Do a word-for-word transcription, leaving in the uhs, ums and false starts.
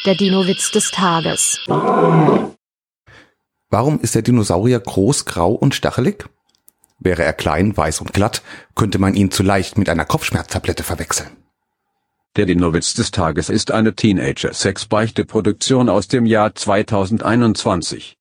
Der Dino-Witz des Tages. Warum ist der Dinosaurier groß, grau und stachelig? Wäre er klein, weiß und glatt, könnte man ihn zu leicht mit einer Kopfschmerztablette verwechseln. Der Dino-Witz des Tages ist eine Teenager-Sex-Beichte-Produktion aus dem Jahr zweitausendeinundzwanzig.